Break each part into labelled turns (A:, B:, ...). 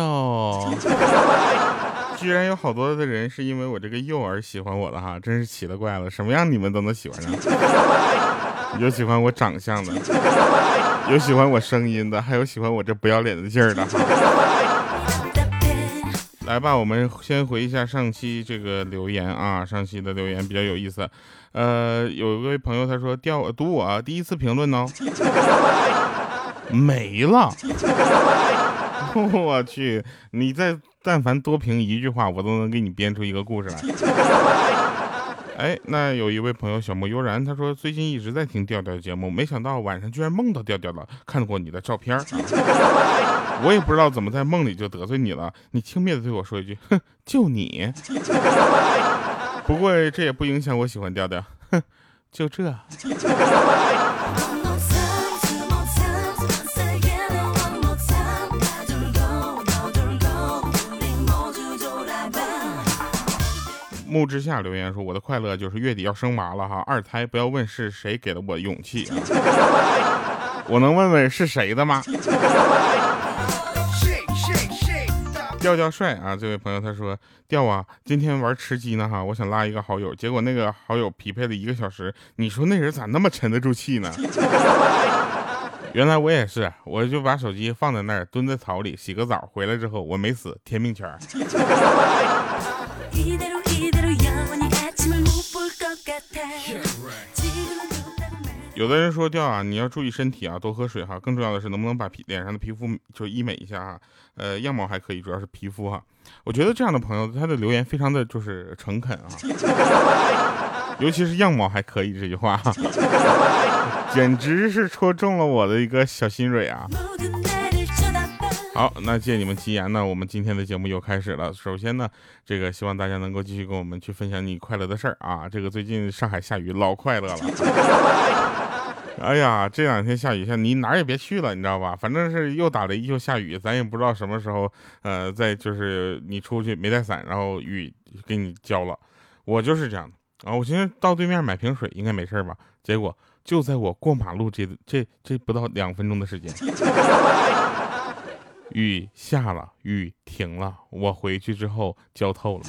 A: 哟，居然有好多的人是因为我这个又而喜欢我的哈，真是奇了怪了，什么样你们都能喜欢上。有喜欢我长相的，有喜欢我声音的，还有喜欢我这不要脸的劲儿的哈。来吧，我们先回一下上期这个留言啊，上期的留言比较有意思。有一位朋友他说读我第一次评论哦，没了。我去，你但凡多评一句话，我都能给你编出一个故事来。哎，那有一位朋友小莫悠然，他说最近一直在听调调的节目，没想到晚上居然梦到调调了，看过你的照片我也不知道怎么在梦里就得罪你了，你轻蔑的对我说一句，哼，就你。不过这也不影响我喜欢调调，哼，就这。木之下留言说，我的快乐就是月底要生娃了哈，二胎，不要问是谁给了我勇气啊。我能问问是谁的吗？调调帅啊，这位朋友他说，调啊，今天玩吃鸡呢哈，我想拉一个好友，结果那个好友匹配了1个小时，你说那人咋那么沉得住气呢？原来我也是，我就把手机放在那儿，蹲在草里洗个澡，回来之后我没死，甜命圈。有的人说调啊，你要注意身体啊，多喝水哈。更重要的是，能不能把脸上的皮肤就医美一下哈？样貌还可以，主要是皮肤哈。我觉得这样的朋友，他的留言非常的就是诚恳啊，尤其是样貌还可以这句话，简直是戳中了我的一个小心蕊啊。好，那借你们吉言呢，我们今天的节目又开始了。首先呢，这个希望大家能够继续跟我们去分享你快乐的事儿啊。这个最近上海下雨，老快乐了。哎呀，这2天下雨，像你哪儿也别去了，你知道吧？反正是又打雷又下雨，咱也不知道什么时候，再就是你出去没带伞，然后雨给你浇了。我就是这样的啊。我寻思到对面买瓶水应该没事吧？结果就在我过马路这不到2分钟的时间。雨下了，雨停了，我回去之后浇透了。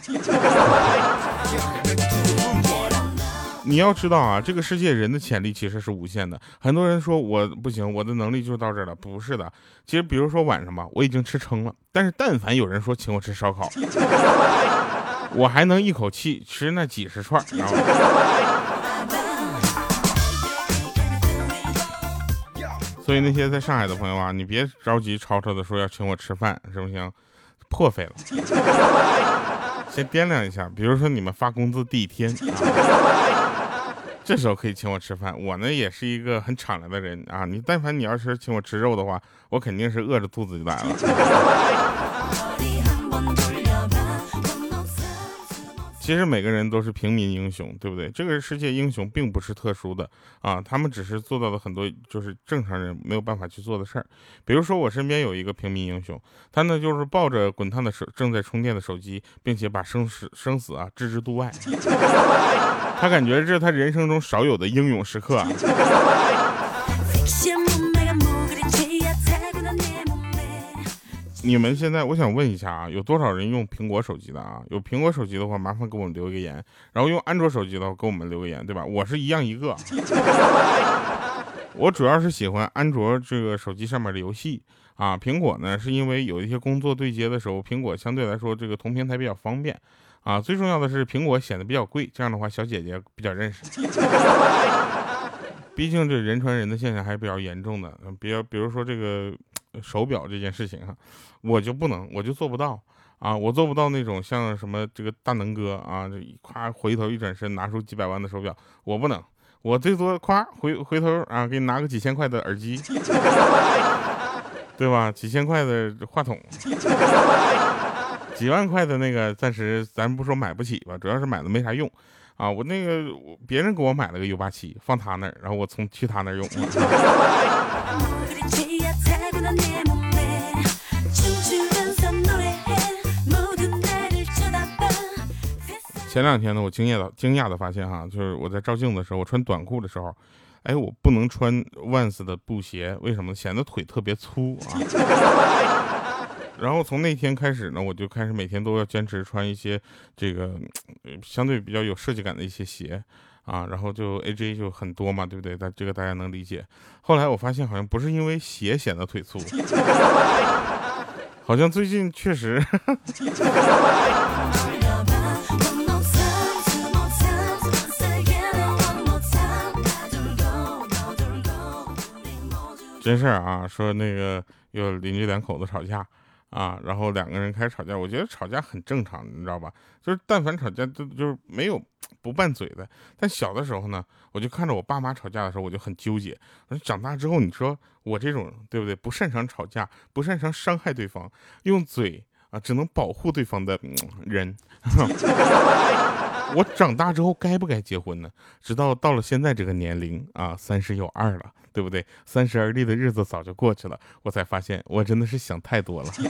A: 你要知道啊，这个世界人的潜力其实是无限的。很多人说我不行，我的能力就到这儿了，不是的。其实比如说晚上吧，我已经吃撑了，但是但凡有人说请我吃烧烤，我还能一口气吃那几十串，知道吗？所以那些在上海的朋友啊，你别着急吵吵的说要请我吃饭，行不行？破费了，先掂量一下。比如说你们发工资第1天，这时候可以请我吃饭。我呢也是一个很敞亮的人啊，你但凡你要是请我吃肉的话，我肯定是饿着肚子就来了。其实每个人都是平民英雄，对不对？这个世界英雄并不是特殊的啊，他们只是做到了很多就是正常人没有办法去做的事儿。比如说我身边有一个平民英雄，他呢就是抱着滚烫的正在充电的手机，并且把生死啊置之度外。他感觉这是他人生中少有的英勇时刻啊。你们现在，我想问一下啊，有多少人用苹果手机的啊？有苹果手机的话，麻烦给我们留一个言。然后用安卓手机的话，给我们留个言，对吧？我是一样一个。我主要是喜欢安卓这个手机上面的游戏啊。苹果呢，是因为有一些工作对接的时候，苹果相对来说这个同平台比较方便啊。最重要的是，苹果显得比较贵，这样的话小姐姐比较认识。毕竟这人传人的现象还是比较严重的，比如说这个手表这件事情哈，我就做不到啊，我做不到那种像什么这个大能哥啊，这夸回头一转身拿出几百万的手表，我不能，我最多夸回头啊，给你拿个几千块的耳机，对吧？几千块的话筒，几万块的那个，暂时咱不说买不起吧，主要是买的没啥用。啊，我那个别人给我买了个 U87，放他那儿，然后我去他那儿用。前2天呢，我惊讶的发现哈，就是我在照镜子的时候，我穿短裤的时候，哎，我不能穿Vans的布鞋，为什么？显得腿特别粗啊。 然后从那天开始呢，我就开始每天都要坚持穿一些这个相对比较有设计感的一些鞋啊，然后就 AJ 就很多嘛，对不对？这个大家能理解。后来我发现好像不是因为鞋显得腿粗，好像最近确实真事儿啊，说那个有邻居两口子吵架啊，然后两个人开始吵架，我觉得吵架很正常，你知道吧？就是但凡吵架就是没有不拌嘴的。但小的时候呢，我就看着我爸妈吵架的时候，我就很纠结。我说长大之后，你说我这种对不对？不擅长吵架，不擅长伤害对方，用嘴啊只能保护对方的人。我长大之后该不该结婚呢？直到到了现在这个年龄啊，30有2了，对不对？30而立的日子早就过去了，我才发现我真的是想太多了。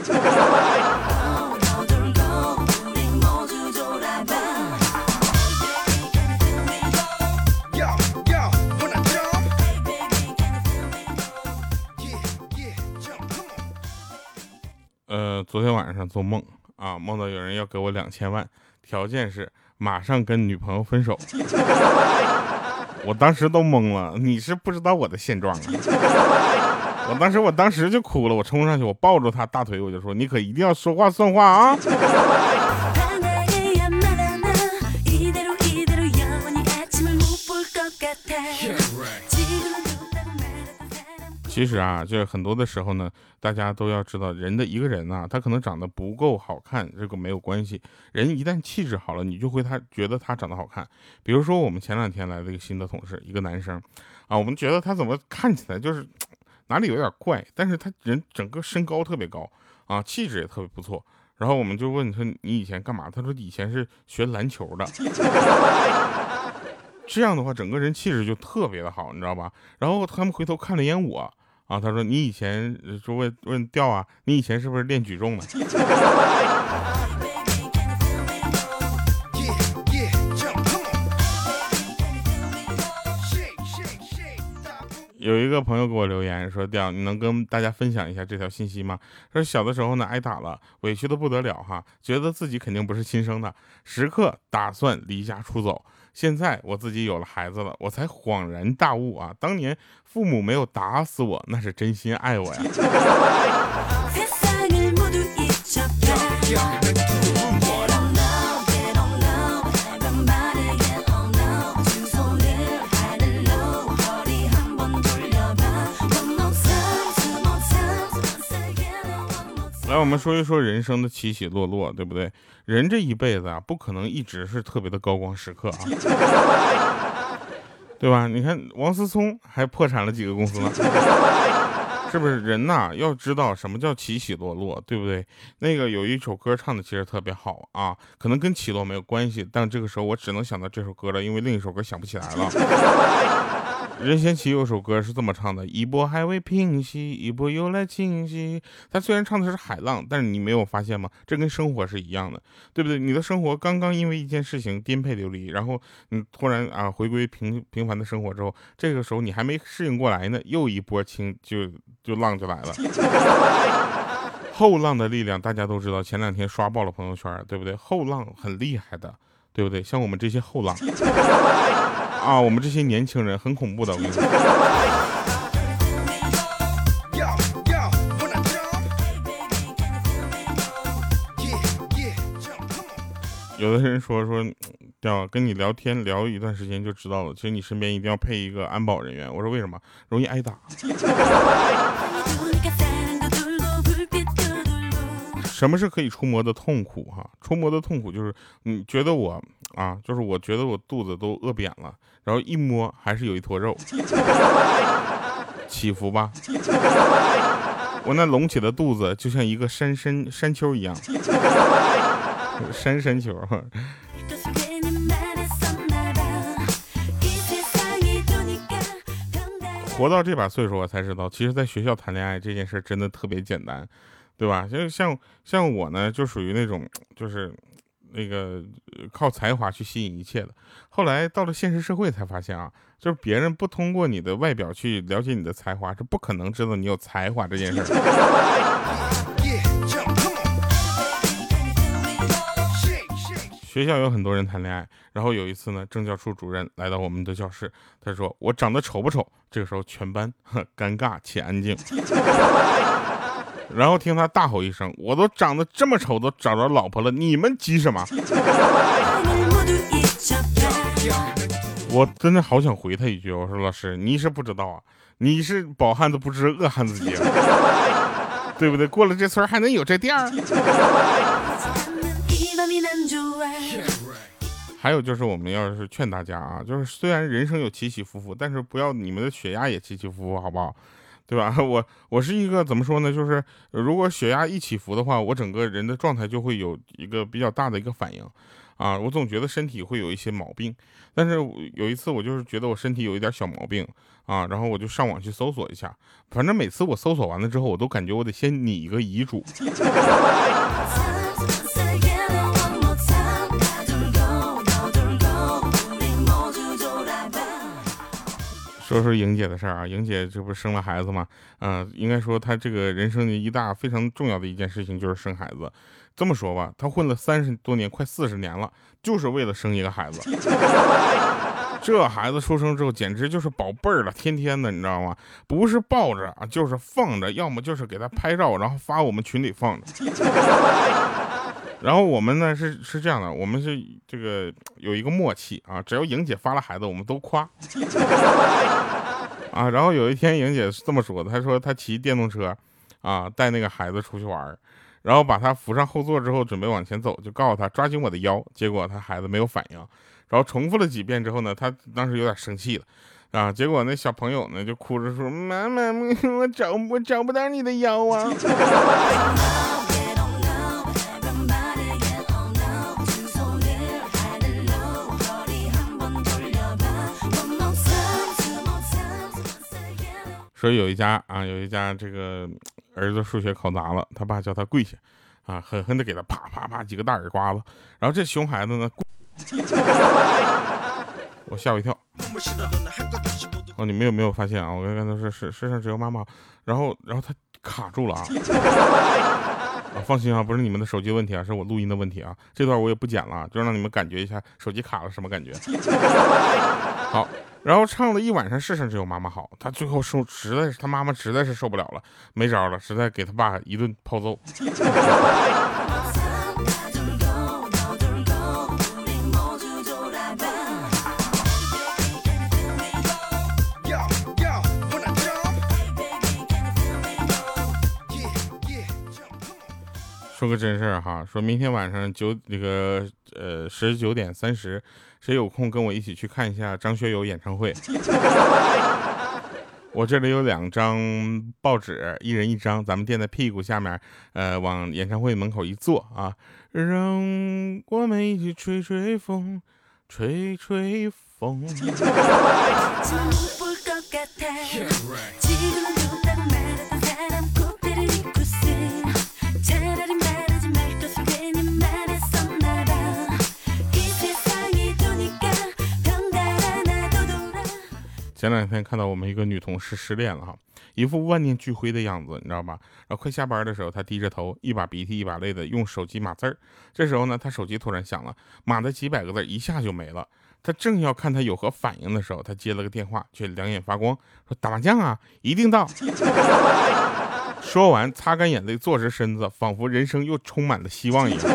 A: 昨天晚上做梦啊，梦到有人要给我2000万，条件是马上跟女朋友分手。我当时都懵了，你是不知道我的现状啊！我当时就哭了，我冲上去，我抱住他大腿，我就说：“你可一定要说话算话啊！”其实啊，就是很多的时候呢，大家都要知道，一个人啊，他可能长得不够好看，这个没有关系。人一旦气质好了，你就会觉得他长得好看。比如说我们前2天来了一个新的同事，一个男生啊，我们觉得他怎么看起来就是哪里有点怪，但是他人整个身高特别高啊，气质也特别不错。然后我们就问说你以前干嘛？他说以前是学篮球的。这样的话，整个人气质就特别的好，你知道吧？然后他们回头看了一眼我。啊，他说你以前说问调啊，你以前是不是练举重的？有一个朋友给我留言说，调你能跟大家分享一下这条信息吗？说小的时候呢挨打了，委屈的不得了哈，觉得自己肯定不是亲生的，时刻打算离家出走。现在我自己有了孩子了，我才恍然大悟啊！当年父母没有打死我，那是真心爱我呀。来，我们说一说人生的起起落落，对不对？人这一辈子啊，不可能一直是特别的高光时刻啊，对吧？你看王思聪还破产了几个公司呢，是不是？人呐，要知道什么叫起起落落，对不对？那个有一首歌唱的其实特别好啊，可能跟起落没有关系，但这个时候我只能想到这首歌了，因为另一首歌想不起来了。任贤齐有首歌是这么唱的：一波还未平息，一波又来侵袭。他虽然唱的是海浪，但是你没有发现吗？这跟生活是一样的，对不对？你的生活刚刚因为一件事情颠沛流离，然后你突然啊回归平凡的生活之后，这个时候你还没适应过来呢，又一波浪就来了。后浪的力量大家都知道，前2天刷爆了朋友圈，对不对？后浪很厉害的，对不对？像我们这些后浪啊，我们这些年轻人很恐怖的，我跟你说。有的人说跟你聊天聊一段时间就知道了，其实你身边一定要配一个安保人员。我说为什么？容易挨打。什么是可以触摸的痛苦哈？触摸的痛苦就是你觉得我觉得我肚子都饿扁了，然后一摸还是有一坨肉，起伏吧。我那隆起的肚子就像一个山丘一样，山丘。活到这把岁数，我才知道，其实在学校谈恋爱这件事真的特别简单，对吧？像我呢，就属于那种就是那个靠才华去吸引一切的。后来到了现实社会才发现啊，就是别人不通过你的外表去了解你的才华，是不可能知道你有才华这件事。 学校有很多人谈恋爱，然后有一次呢，政教处主任来到我们的教室，他说我长得丑不丑？这个时候全班尴尬且安静。然后听他大吼一声，我都长得这么丑，都找着老婆了，你们急什么？我真的好想回他一句，我说老师，你是不知道啊，你是饱汉子不知饿汉子饥啊，对不对？过了这村还能有这店儿？还有就是我们要是劝大家啊，就是虽然人生有起起伏伏，但是不要你们的血压也起起伏伏，好不好？对吧？我是一个怎么说呢？就是如果血压一起伏的话，我整个人的状态就会有一个比较大的一个反应，啊，我总觉得身体会有一些毛病。但是有一次我就是觉得我身体有一点小毛病啊，然后我就上网去搜索一下，反正每次我搜索完了之后，我都感觉我得先拟一个遗嘱。说说莹姐的事儿啊，莹姐这不是生了孩子吗？应该说她这个人生的一大非常重要的一件事情就是生孩子。这么说吧，她混了30多年，快40年了，就是为了生一个孩子。这孩子出生之后简直就是宝贝儿了，天天的，你知道吗？不是抱着啊，就是放着，要么就是给他拍照，然后发我们群里放着。然后我们呢是这样的，我们是这个有一个默契啊，只要莹姐发了孩子，我们都夸。啊，然后有一天莹姐是这么说的，她说她骑电动车啊，带那个孩子出去玩，然后把他扶上后座之后，准备往前走，就告诉他抓紧我的腰，结果他孩子没有反应，然后重复了几遍之后呢，他当时有点生气了。啊！结果那小朋友呢就哭着说：“妈妈，我找不到你的腰啊！”说有一家这个儿子数学考砸了，他爸叫他跪下，啊，狠狠的给他啪啪啪几个大耳刮子，然后这熊孩子呢，我吓我一跳。哦，你们有没有发现啊？我刚才说世上只有妈妈，然后他卡住了啊！啊，放心啊，不是你们的手机问题啊，是我录音的问题啊。这段我也不剪了，就让你们感觉一下手机卡了什么感觉。好，然后唱了一晚上《世上只有妈妈好》，他最后他妈妈实在是受不了了，没招了，实在给他爸一顿炮揍。说个真事儿哈，说明天晚上19点30，谁有空跟我一起去看一下张学友演唱会。我这里有2张报纸，一人1张，咱们垫在屁股下面，往演唱会门口一坐啊，让我们一起吹吹风，吹吹风。前2天看到我们一个女同事失恋了哈，一副万念俱灰的样子，你知道吧？然后快下班的时候，她低着头，一把鼻涕一把泪的用手机码字儿。这时候呢，她手机突然响了，码的几百个字一下就没了。她正要看她有何反应的时候，她接了个电话，却两眼发光，说：“打麻将啊，一定到。”说完，擦干眼泪，坐直身子，仿佛人生又充满了希望一样。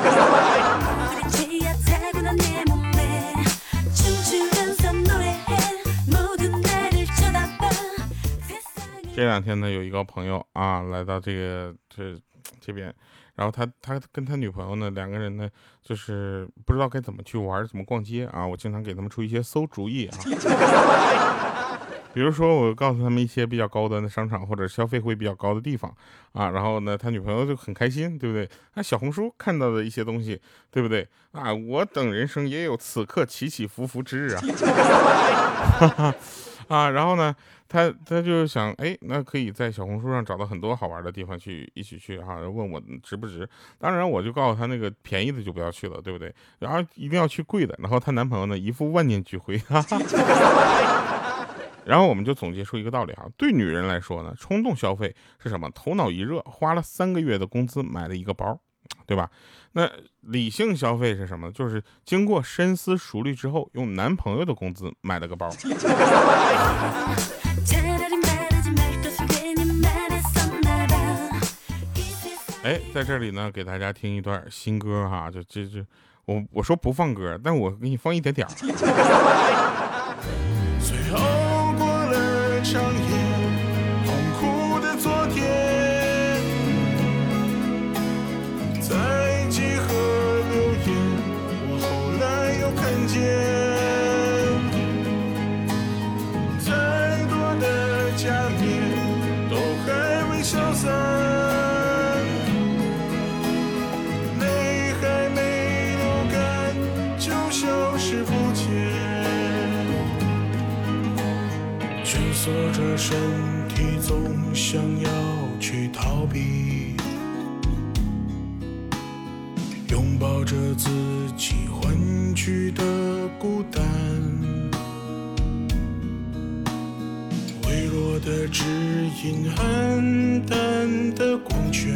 A: 这2天呢，有一个朋友啊来到这边，然后他跟他女朋友呢2个人呢，就是不知道该怎么去玩，怎么逛街啊。我经常给他们出一些馊主意啊，比如说我告诉他们一些比较高端的商场或者消费会比较高的地方啊，然后呢他女朋友就很开心，对不对？啊，小红书看到的一些东西，对不对？啊，我等人生也有此刻起起伏伏之日啊。啊，然后呢，他就想，哎，那可以在小红书上找到很多好玩的地方一起去哈，问我值不值？当然，我就告诉他那个便宜的就不要去了，对不对？然后一定要去贵的。然后她男朋友呢，一副万念俱灰，哈哈。然后我们就总结出一个道理哈，对女人来说呢，冲动消费是什么？头脑一热，花了3个月的工资买了一个包对吧？那理性消费是什么？就是经过深思熟虑之后，用男朋友的工资买了个包。哎，在这里呢，给大家听一段新歌哈，就我说不放歌，但我给你放一点点。最后过了长夜，痛苦的昨天，在几何留言，我后来又看见，太多的假面都还未消散。蜷缩着身体，总想要去逃避，拥抱着自己欢聚的孤单，微弱的指引，暗淡的光圈，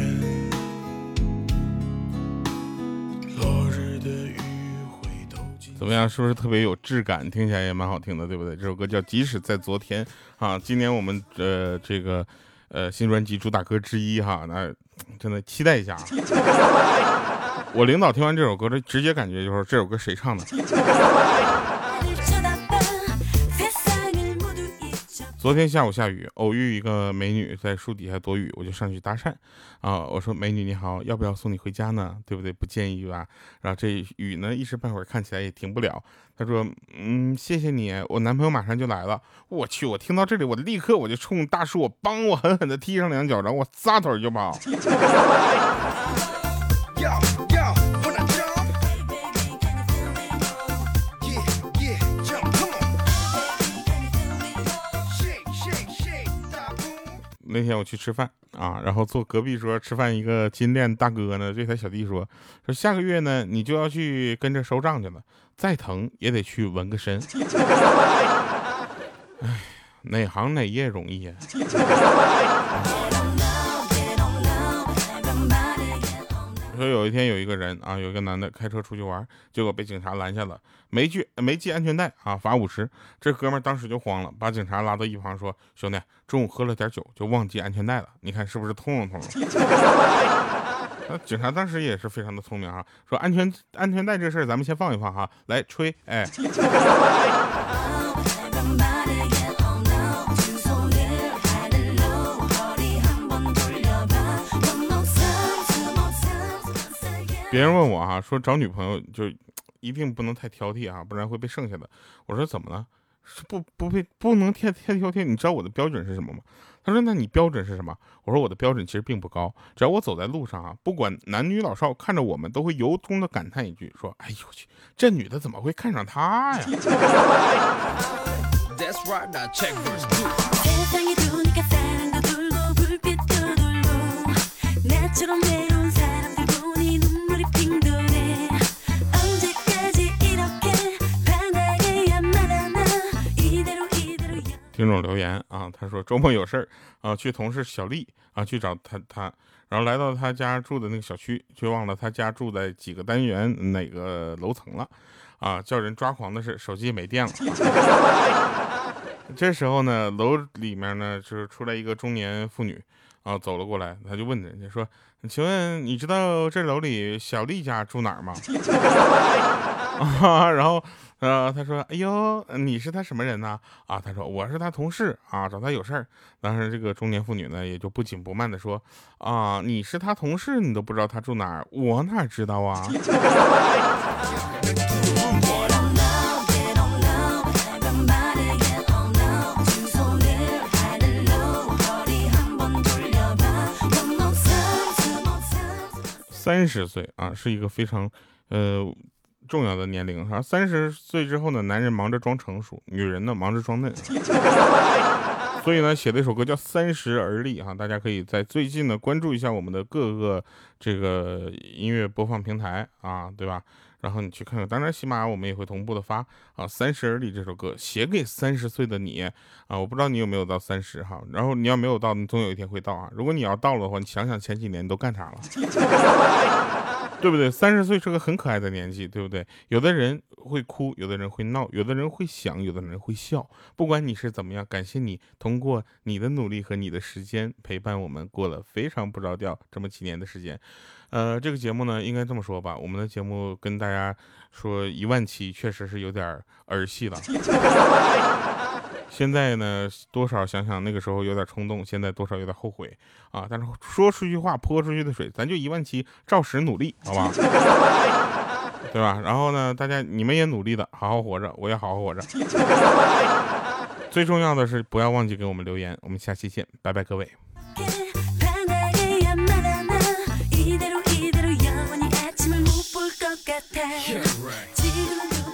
A: 落日的余晖都怎么样？是不是特别有质感？听起来也蛮好听的，对不对？这首歌叫《即使在昨天》啊，今年我们这个新专辑主打歌之一哈，那真的期待一下。我领导听完这首歌的直接感觉就是这首歌谁唱的？昨天下午下雨，偶遇一个美女在树底下躲雨，我就上去搭讪啊，我说美女你好，要不要送你回家呢？对不对？不介意吧？然后这雨呢一时半会儿看起来也停不了。她说谢谢你，我男朋友马上就来了。我去，我听到这里，我立刻我就冲大树，我狠狠的踢上2脚，然后我撒腿就跑。那天我去吃饭啊，然后坐隔壁桌吃饭一个金链大哥呢，对他小弟说下个月呢你就要去跟着收账去了，再疼也得去纹个身。哎，哪行哪业容易呀？说有一天有一个人啊，有一个男的开车出去玩，结果被警察拦下了，没系安全带啊，罚50。这哥们当时就慌了，把警察拉到一旁说：“兄弟，中午喝了点酒就忘记安全带了，你看是不是通融通融？”警察当时也是非常的聪明啊，说安全带这事儿咱们先放一放哈，来吹，哎。别人问我哈，说找女朋友就一定不能太挑剔啊，不然会被剩下的。我说怎么了？是不能太挑剔？你知道我的标准是什么吗？他说那你标准是什么？我说我的标准其实并不高，只要我走在路上啊，不管男女老少，看着我们都会由衷的感叹一句，说哎呦我去，这女的怎么会看上他呀？听众留言啊，他说周末有事儿啊，去同事小丽啊去找他，然后来到他家住的那个小区，却忘了他家住在几个单元哪个楼层了啊！叫人抓狂的是手机没电了。这时候呢，楼里面呢就是出来一个中年妇女啊，走了过来，他就问人家说：“请问你知道这楼里小丽家住哪儿吗？”啊，然后他说：“哎呦，你是他什么人呢？”啊，他说：“我是他同事啊，找他有事儿。”当时这个中年妇女呢，也就不紧不慢的说：“啊，你是他同事，你都不知道他住哪儿，我哪知道啊？”30岁啊，是一个非常重要的年龄哈。30岁之后呢，男人忙着装成熟，女人呢忙着装嫩。所以呢，写了一首歌叫《30而立》哈，大家可以在最近呢关注一下我们的各个这个音乐播放平台啊，对吧？然后你去看看，当然喜马拉雅我们也会同步的发啊。30而立这首歌写给30岁的你啊，我不知道你有没有到30哈，然后你要没有到，你总有一天会到啊。如果你要到了的话，你想想前几年你都干啥了？ 对不对？30岁是个很可爱的年纪，对不对？有的人会哭，有的人会闹，有的人会想，有的人会笑。不管你是怎么样，感谢你通过你的努力和你的时间陪伴我们过了非常不着调这么几年的时间。这个节目呢，应该这么说吧，我们的节目跟大家说10000期确实是有点儿戏了。现在呢，多少想想那个时候有点冲动，现在多少有点后悔啊。但是说出去话，泼出去的水，咱就10000期，照实努力，好吧？对吧？然后呢，大家你们也努力的，好好活着，我也好好活着。最重要的是不要忘記给我们留言，我们下期见，拜拜各位。 지금은